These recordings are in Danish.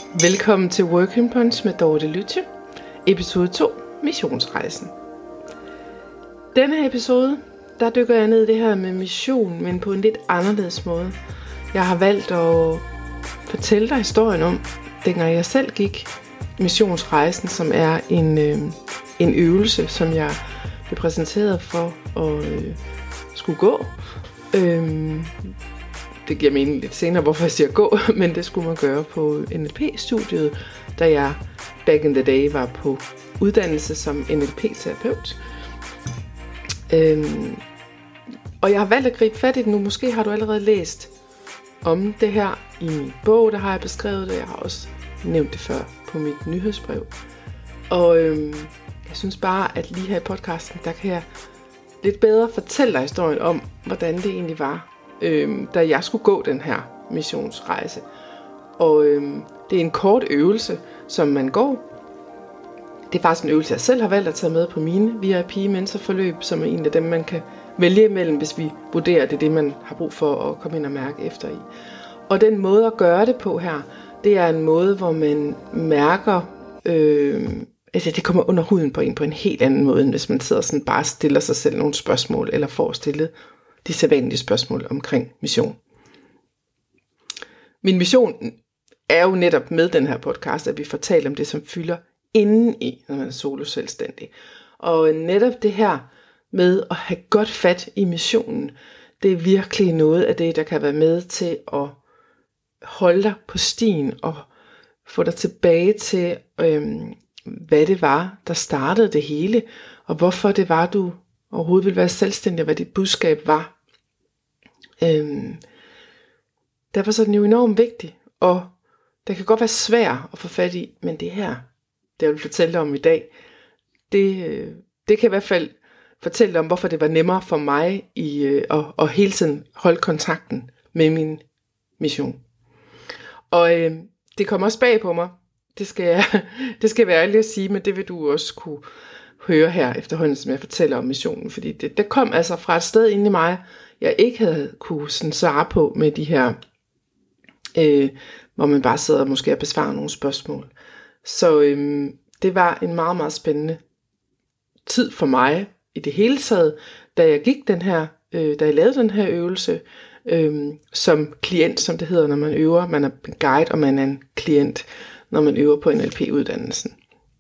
Velkommen til Working Punch med Dorte Lytje, episode 2, Missionsrejsen. Denne episode, der dykker jeg ned i det her med mission, men på en lidt anderledes måde. Jeg har valgt at fortælle dig historien om, dengang jeg selv gik missionsrejsen, som er en øvelse, som jeg blev præsenteret for at skulle gå. Det giver mening lidt senere, hvorfor jeg siger gå, men det skulle man gøre på NLP-studiet, da jeg back in the day var på uddannelse som NLP-terapeut. Og jeg har valgt at gribe fat i det nu. Måske har du allerede læst om det her i min bog, der har jeg beskrevet det. Jeg har også nævnt det før på mit nyhedsbrev. Og jeg synes bare, at lige her i podcasten, der kan jeg lidt bedre fortælle dig historien om, hvordan det egentlig var, da jeg skulle gå den her missionsrejse. Og det er en kort øvelse, som man går. Det er faktisk en øvelse, jeg selv har valgt at tage med på mine VIP-mentorforløb, som er en af dem, man kan vælge imellem, hvis vi vurderer, at det er det, man har brug for at komme ind og mærke efter i. Og den måde at gøre det på her, det er en måde, hvor man mærker, det kommer under huden på en helt anden måde, end hvis man sidder sådan bare stiller sig selv nogle spørgsmål, eller får stillet de sædvanlige spørgsmål omkring mission. Min mission er jo netop med den her podcast, at vi får talt om det, som fylder indeni, når man er solo selvstændig. Og netop det her med at have godt fat i missionen, det er virkelig noget af det, der kan være med til at holde dig på stien og få dig tilbage til, hvad det var, der startede det hele, og hvorfor det var, du overhovedet ville være selvstændig, og hvad dit budskab var. Derfor så er den jo enormt vigtig, og det kan godt være svært at få fat i, men det her, det jeg vil fortælle dig om i dag, det kan i hvert fald fortælle dig om, hvorfor det var nemmere for mig at hele tiden holde kontakten med min mission. Og det kom også bag på mig, det skal jeg være ærlig at sige, men det vil du også kunne høre her efterhånden, som jeg fortæller om missionen, fordi det kom altså fra et sted inde i mig, jeg ikke havde kunne sådan svare på med de her, hvor man bare sidder og måske besvarer nogle spørgsmål. Så det var en meget, meget spændende tid for mig i det hele taget, da jeg gik da jeg lavede den her øvelse, som klient, som det hedder, når man øver. Man er en guide, og man er en klient, når man øver på NLP-uddannelsen.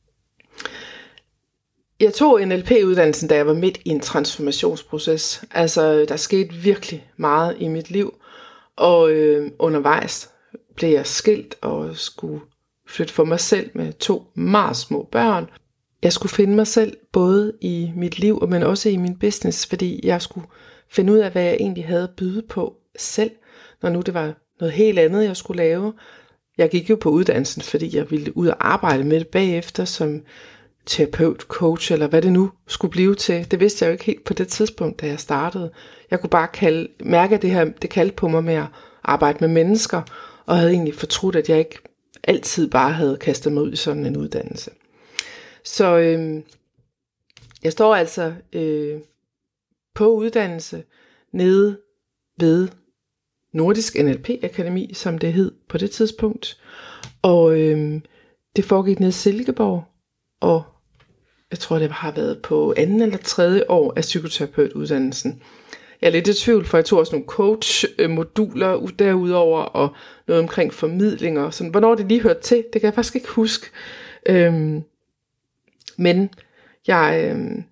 Jeg tog NLP-uddannelsen, da jeg var midt i en transformationsproces. Altså, der skete virkelig meget i mit liv, og undervejs blev jeg skilt og skulle flytte for mig selv med 2 meget små børn. Jeg skulle finde mig selv både i mit liv, men også i min business, fordi jeg skulle finde ud af, hvad jeg egentlig havde at byde på selv, når nu det var noget helt andet, jeg skulle lave. Jeg gik jo på uddannelsen, fordi jeg ville ud og arbejde med det bagefter som terapeut, coach, eller hvad det nu skulle blive til. Det vidste jeg jo ikke helt på det tidspunkt, da jeg startede. Jeg kunne bare mærke, at det kaldte på mig med at arbejde med mennesker, og havde egentlig fortrudt, at jeg ikke altid bare havde kastet mig ud i sådan en uddannelse. Så jeg står altså på uddannelse nede ved Nordisk NLP Akademi, som det hed på det tidspunkt. Og det foregik nede i Silkeborg, og jeg tror, det har været på 2. eller 3. år af psykoterapeutuddannelsen. Jeg er lidt i tvivl, for jeg tog også nogle coach-moduler derudover, og noget omkring formidlinger. Og sådan. Hvornår det lige hørte til, det kan jeg faktisk ikke huske. Men jeg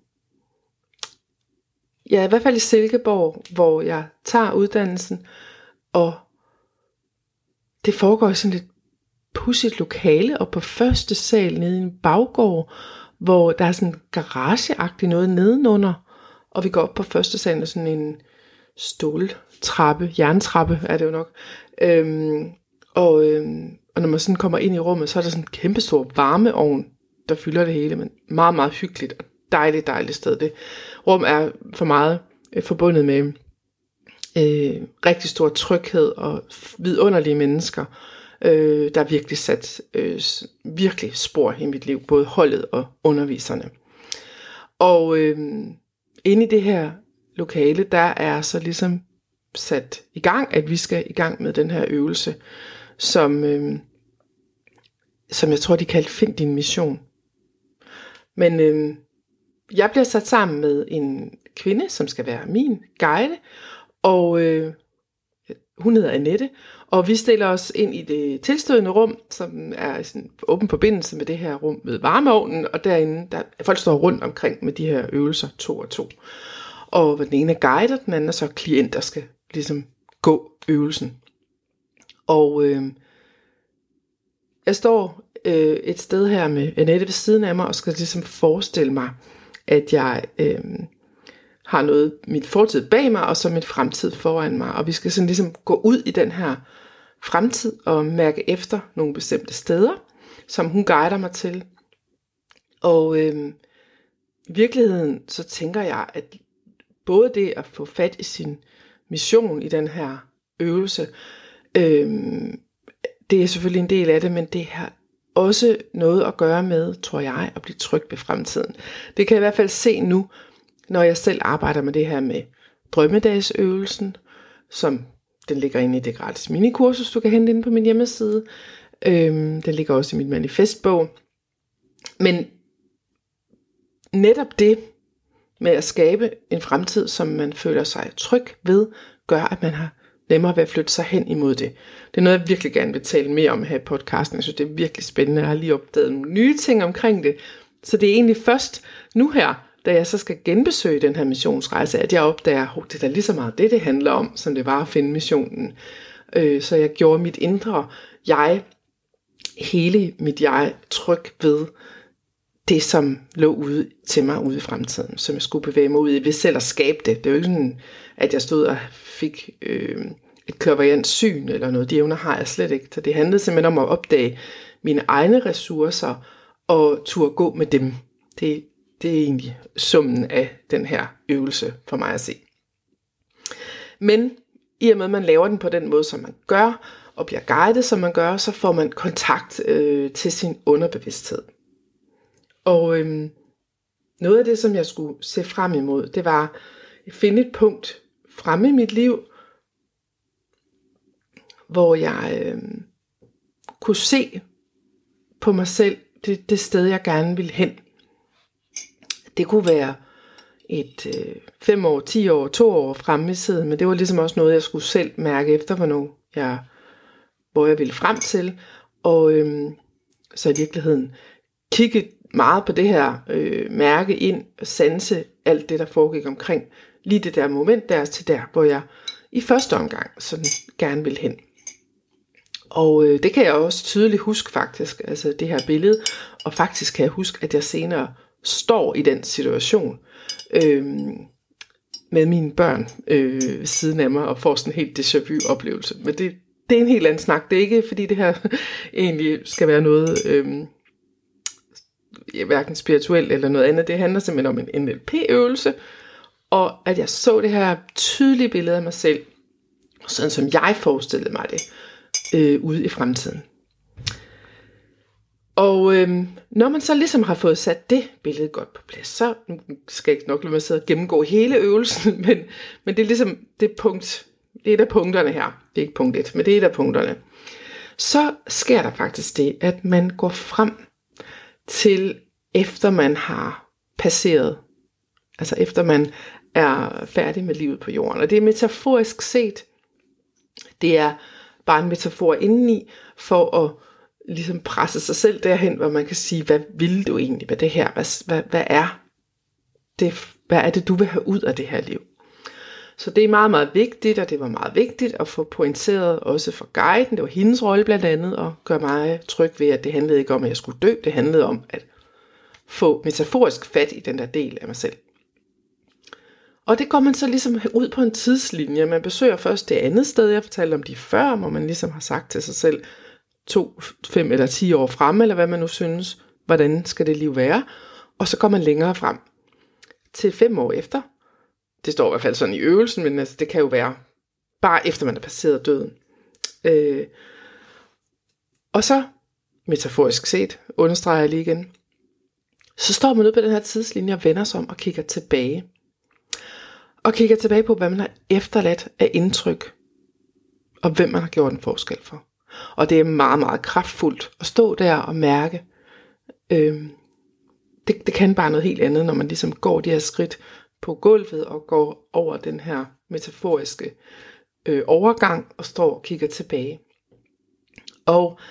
er i hvert fald i Silkeborg, hvor jeg tager uddannelsen, og det foregår i sådan et pudsigt lokale, og på første sal nede i en baggård, hvor der er sådan en garageagtigt noget nedenunder, og vi går op på første sal med sådan en ståltrappe, jerntrappe er det jo nok, og når man sådan kommer ind i rummet, så er der sådan en kæmpestor varmeovn, der fylder det hele, men meget, meget hyggeligt og dejligt sted. Det rum er for meget forbundet med rigtig stor tryghed og vidunderlige mennesker, der virkelig sat virkelig spor i mit liv, både holdet og underviserne. Og inde i det her lokale, der er så ligesom sat i gang, at vi skal i gang med den her øvelse, som som jeg tror, de kaldte Find din mission. Men jeg bliver sat sammen med en kvinde, som skal være min guide, og hun hedder Annette, og vi stiller os ind i det tilstødende rum, som er sådan åben forbindelse med det her rum ved varmeovnen, og derinde, der folk står rundt omkring med de her øvelser 2 og 2. Og den ene er guider, den anden er så klient, der skal ligesom gå øvelsen. Og jeg står et sted her med Annette ved siden af mig, og skal ligesom forestille mig, at jeg har noget, mit fortid bag mig, og så mit fremtid foran mig. Og vi skal sådan ligesom gå ud i den her fremtid, og mærke efter nogle bestemte steder, som hun guider mig til. Og i virkeligheden, så tænker jeg, at både det at få fat i sin mission i den her øvelse, det er selvfølgelig en del af det, men det har også noget at gøre med, tror jeg, at blive tryg ved fremtiden. Det kan jeg i hvert fald se nu, når jeg selv arbejder med det her med drømmedagsøvelsen, som den ligger inde i det gratis minikursus, du kan hente inde på min hjemmeside. Den ligger også i min manifestbog. Men netop det med at skabe en fremtid, som man føler sig tryg ved, gør, at man har nemmere ved at flytte sig hen imod det. Det er noget, jeg virkelig gerne vil tale mere om her i podcasten. Jeg synes, det er virkelig spændende. Jeg har lige opdaget nogle nye ting omkring det. Så det er egentlig først nu her, da jeg så skal genbesøge den her missionsrejse, at jeg opdager, at det er da lige så meget det handler om, som det var at finde missionen. Så jeg gjorde mit indre jeg, hele mit jeg, tryg ved det, som lå ude til mig ude i fremtiden, som jeg skulle bevæge mig ud i ved selv at skabe det. Det er jo ikke sådan, at jeg stod og fik et klaverjant syn eller noget. De evner har jeg slet ikke. Så det handlede simpelthen om at opdage mine egne ressourcer og turde gå med dem. Det er egentlig summen af den her øvelse for mig at se. Men i og med, at man laver den på den måde, som man gør, og bliver guidet, som man gør, så får man kontakt til sin underbevidsthed. Og noget af det, som jeg skulle se frem imod, det var at finde et punkt fremme i mit liv, hvor jeg kunne se på mig selv det sted, jeg gerne ville hen. Det kunne være et 5 år, 10 år, 2 år fremme i tiden, men det var ligesom også noget, jeg skulle selv mærke efter, hvor jeg ville frem til. Og så i virkeligheden kigge meget på det her, mærke ind og sanse alt det, der foregik omkring lige det der moment der til der, hvor jeg i første omgang sådan gerne ville hen. Og det kan jeg også tydeligt huske faktisk, altså det her billede, og faktisk kan jeg huske, at jeg senere står i den situation med mine børn ved siden af mig, og får sådan en helt déjà vu oplevelse. Men det er en helt anden snak. Det er ikke, fordi det her egentlig skal være noget hverken spirituelt eller noget andet. Det handler simpelthen om en NLP-øvelse, og at jeg så det her tydelige billede af mig selv, sådan som jeg forestillede mig det, ude i fremtiden. Og når man så ligesom har fået sat det billede godt på plads, så skal jeg ikke nok lade mig sidde og gennemgå hele øvelsen, men det er ligesom det punkt, det er et af punkterne her. Det er ikke punkt 1, men det er et af punkterne. Så sker der faktisk det, at man går frem til efter man har passeret, altså efter man er færdig med livet på jorden. Og det er metaforisk set, det er bare en metafor indeni for at ligesom presse sig selv derhen, hvor man kan sige, hvad vil du egentlig med det her? Hvad er det, du vil have ud af det her liv? Så det er meget, meget vigtigt, og det var meget vigtigt at få pointeret også for guiden. Det var hendes rolle blandt andet, at gøre mig tryg ved, at det handlede ikke om, at jeg skulle dø. Det handlede om at få metaforisk fat i den der del af mig selv. Og det går man så ligesom ud på en tidslinje. Man besøger først det andet sted, jeg fortalte om de før, hvor man ligesom har sagt til sig selv, 2, 5 eller 10 år frem, eller hvad man nu synes, hvordan skal det liv være. Og så går man længere frem til 5 år efter. Det står i hvert fald sådan i øvelsen, men altså, det kan jo være bare efter man er passeret døden. Og så, metaforisk set, understreger jeg lige igen, så står man ude på den her tidslinje og vender sig om og kigger tilbage. Og kigger tilbage på, hvad man har efterladt af indtryk, og hvem man har gjort en forskel for. Og det er meget, meget kraftfuldt at stå der og mærke. Det kan bare noget helt andet, når man ligesom går de her skridt på gulvet og går over den her metaforiske overgang og står og kigger tilbage. Og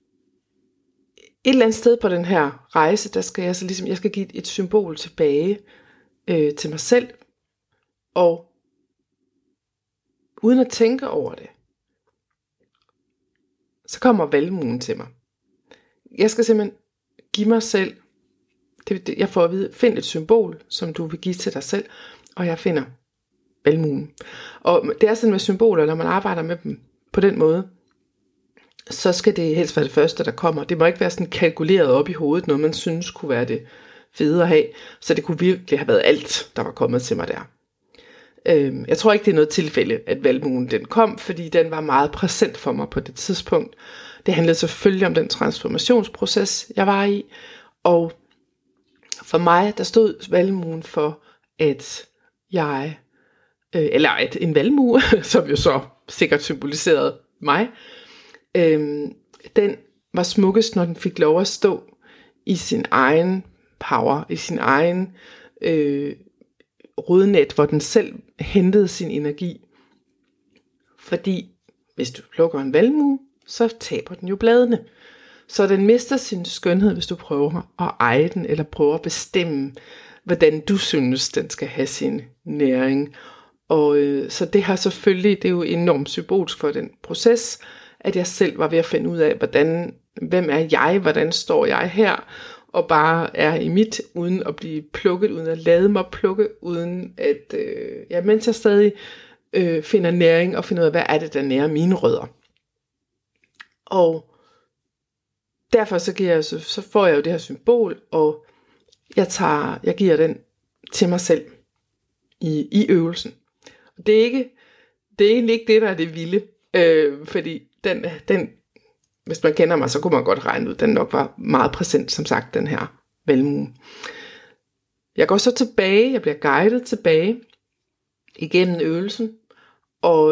et eller andet sted på den her rejse, der skal jeg så ligesom, jeg skal give et symbol tilbage til mig selv, og uden at tænke over det, så kommer valmuen til mig. Jeg skal simpelthen give mig selv, jeg får at vide, find et symbol, som du vil give til dig selv, og jeg finder valmuen. Og det er sådan med symboler, når man arbejder med dem på den måde, så skal det helst være det første, der kommer. Det må ikke være sådan kalkuleret op i hovedet, noget man synes kunne være det fede at have. Så det kunne virkelig have været alt, der var kommet til mig der. Jeg tror ikke, det er noget tilfælde, at valmuen den kom, fordi den var meget præsent for mig på det tidspunkt. Det handlede selvfølgelig om den transformationsproces, jeg var i. Og for mig, der stod valmuen for, at jeg, eller at en valmue, som jo så sikkert symboliserede mig, den var smukkest, når den fik lov at stå i sin egen power, i sin egen rodnet, hvor den selv hentede sin energi. Fordi hvis du plukker en valmue, så taber den jo bladene. Så den mister sin skønhed, hvis du prøver at eje den, eller prøver at bestemme, hvordan du synes, den skal have sin næring. Og så det har selvfølgelig, det er jo enormt symbolsk for den proces, at jeg selv var ved at finde ud af, hvem er jeg, hvordan står jeg her, og bare er i mit, uden at blive plukket, uden at lade mig plukke, uden at, mens jeg stadig finder næring, og finder ud af, hvad er det, der nærer mine rødder. Og derfor så får jeg jo det her symbol, og jeg giver den til mig selv i øvelsen. Det er egentlig ikke det, der er det vilde, fordi den, hvis man kender mig, så kunne man godt regne ud, den nok var meget præsent, som sagt, den her valmue. Jeg går så tilbage, jeg bliver guidet tilbage igennem øvelsen, og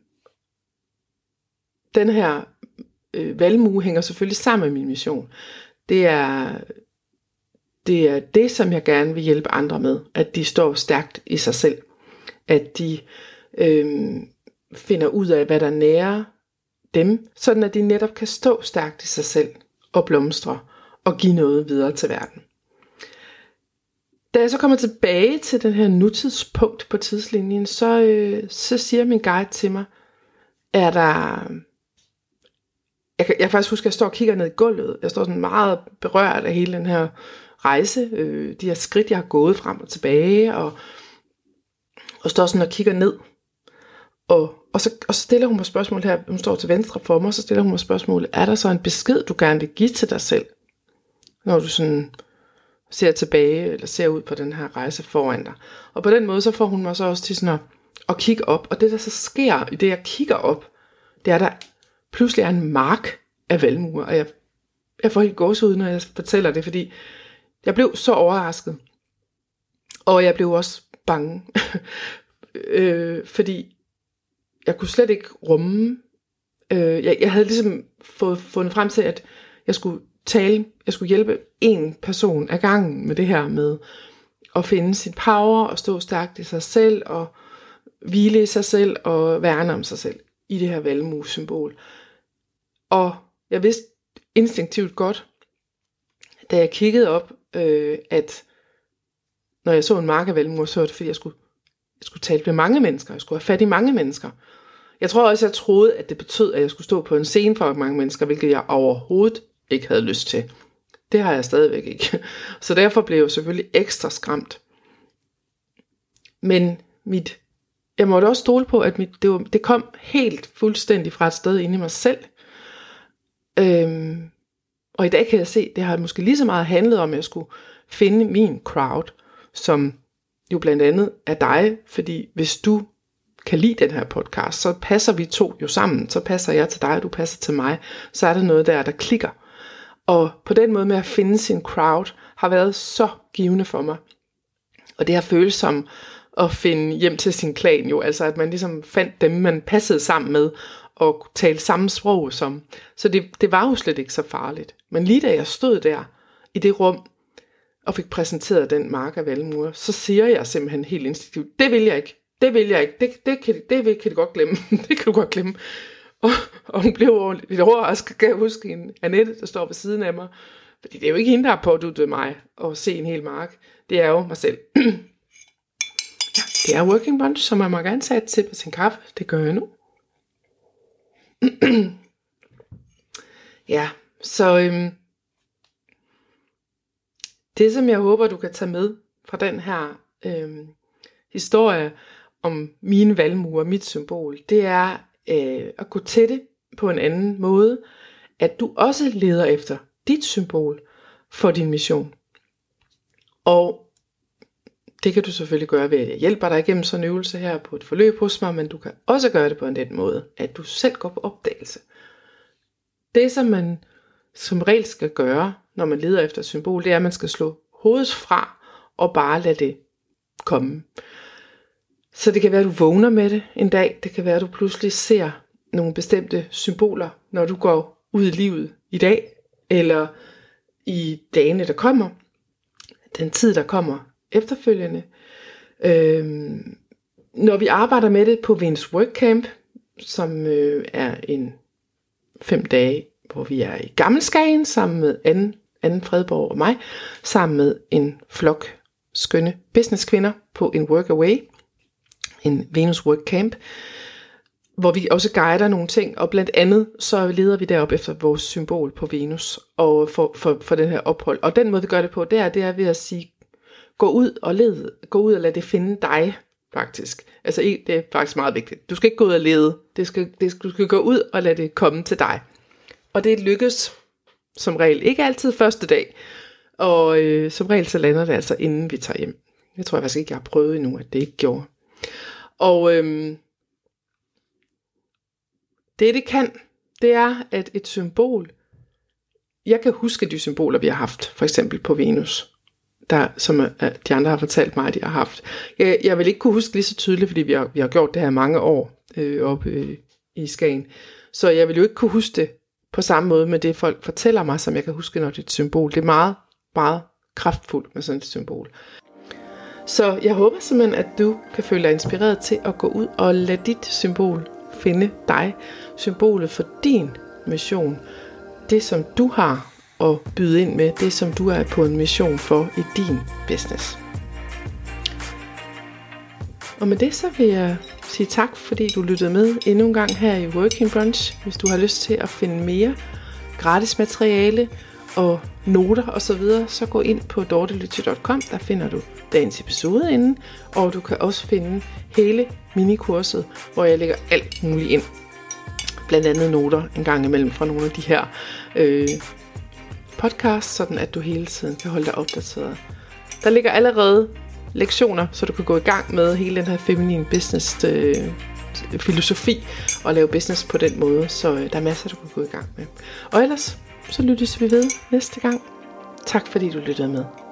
den her valmue hænger selvfølgelig sammen med min mission. Det er det, som jeg gerne vil hjælpe andre med, at de står stærkt i sig selv, at de finder ud af, hvad der nærer dem, sådan at de netop kan stå stærkt i sig selv og blomstre og give noget videre til verden. Da jeg så kommer tilbage til den her nutidspunkt på tidslinjen, så siger min guide til mig, er der... Jeg kan faktisk huske, at jeg står og kigger ned i gulvet. Jeg står sådan meget berørt af hele den her rejse, de her skridt, jeg har gået frem og tilbage, og står sådan og kigger ned. Og så stiller hun mig spørgsmål her, hun står til venstre for mig, så stiller hun mig spørgsmålet, er der så en besked, du gerne vil give til dig selv, når du sådan ser tilbage, eller ser ud på den her rejse foran dig. Og på den måde, så får hun mig så også til sådan at kigge op, og det der så sker, i det jeg kigger op, det er, der pludselig er en mark af valmuer, og jeg får helt gåsehud, når jeg fortæller det, fordi jeg blev så overrasket, og jeg blev også bange, fordi jeg kunne slet ikke rumme. Jeg havde ligesom fundet frem til, at jeg skulle hjælpe en person ad gangen med det her med at finde sin power og stå stærkt i sig selv og hvile i sig selv og værne om sig selv i det her valmue-symbol. Og jeg vidste instinktivt godt, da jeg kiggede op, at når jeg så en mark af valmue, så var det fordi, jeg skulle tale med mange mennesker. Jeg skulle have fat i mange mennesker. Jeg tror også, jeg troede, at det betød, at jeg skulle stå på en scene for mange mennesker, hvilket jeg overhovedet ikke havde lyst til. Det har jeg stadigvæk ikke. Så derfor blev jeg selvfølgelig ekstra skræmt. Men jeg måtte også stole på, at det kom helt fuldstændig fra et sted inde i mig selv. Og i dag kan jeg se, at det har måske lige så meget handlet om, at jeg skulle finde min crowd, som jo blandt andet er dig, fordi hvis du kan lide den her podcast, så passer vi to jo sammen, så passer jeg til dig, og du passer til mig, så er der noget der klikker. Og på den måde med at finde sin crowd, har været så givende for mig. Og det har føles som at finde hjem til sin klan jo, altså at man ligesom fandt dem, man passede sammen med, og tale samme sprog som. Så det var jo slet ikke så farligt. Men lige da jeg stod der i det rum, og fik præsenteret den mark af valmuer, så siger jeg simpelthen helt instinktivt, det vil jeg ikke. Det kan du godt glemme. Det kan du godt glemme. Og hun blev lidt overrasket, kan jeg huske, en Annette, der står ved siden af mig. Fordi det er jo ikke hende, der har påduttet mig at se en hel mark. Det er jo mig selv. Ja, det er Working Bunch, som man må gerne tage et sip af sin kaffe. Det gør jeg nu. Ja, så det som jeg håber, du kan tage med fra den her historie om mine valmuer, mit symbol, det er at gå til det på en anden måde, at du også leder efter dit symbol for din mission. Og det kan du selvfølgelig gøre ved, at jeg hjælper dig igennem sådan en øvelse her på et forløb hos mig, men du kan også gøre det på en den måde, at du selv går på opdagelse. Det, som man som regel skal gøre, når man leder efter et symbol, det er, at man skal slå hovedet fra og bare lade det komme. Så det kan være, at du vågner med det en dag. Det kan være, at du pludselig ser nogle bestemte symboler, når du går ud i livet i dag, eller i dagene, der kommer, den tid, der kommer efterfølgende. Når vi arbejder med det på Venus WorkCamp, som er en 5 dage, hvor vi er i Gammelskagen sammen med Anne Fredborg og mig, sammen med en flok skønne businesskvinder på en workaway, en Venus WorkCamp, hvor vi også guider nogle ting, og blandt andet så leder vi derop efter vores symbol på Venus, og for den her ophold. Og den måde vi gør det på, det er ved at sige, gå ud og lad det finde dig, faktisk. Altså det er faktisk meget vigtigt. Du skal ikke gå ud og lede, du skal gå ud og lade det komme til dig. Og det lykkes som regel ikke altid første dag, og som regel så lander det altså inden vi tager hjem. Jeg tror faktisk ikke, jeg har prøvet endnu, at det ikke gjorde. Og det kan, det er, at et symbol, jeg kan huske de symboler, vi har haft, for eksempel på Venus, som de andre har fortalt mig, at de har haft. Jeg vil ikke kunne huske lige så tydeligt, fordi vi har gjort det her mange år oppe i Skagen. Så jeg vil jo ikke kunne huske det på samme måde med det, folk fortæller mig, som jeg kan huske, når det er et symbol. Det er meget, meget kraftfuldt med sådan et symbol. Så jeg håber simpelthen, at du kan føle dig inspireret til at gå ud og lade dit symbol finde dig. Symbolet for din mission. Det, som du har at byde ind med. Det, som du er på en mission for i din business. Og med det så vil jeg sige tak, fordi du lyttede med endnu en gang her i Working Bunch. Hvis du har lyst til at finde mere gratis materiale og noter osv., så gå ind på dortelytje.com. Der finder du dagens episode inde, og du kan også finde hele minikurset, hvor jeg lægger alt muligt ind. Blandt andet noter en gang imellem fra nogle af de her podcasts, sådan at du hele tiden kan holde dig opdateret. Der ligger allerede lektioner, så du kan gå i gang med hele den her feminine business filosofi og lave business på den måde, så der er masser, du kan gå i gang med. Og ellers så lyttes vi ved næste gang. Tak fordi du lyttede med.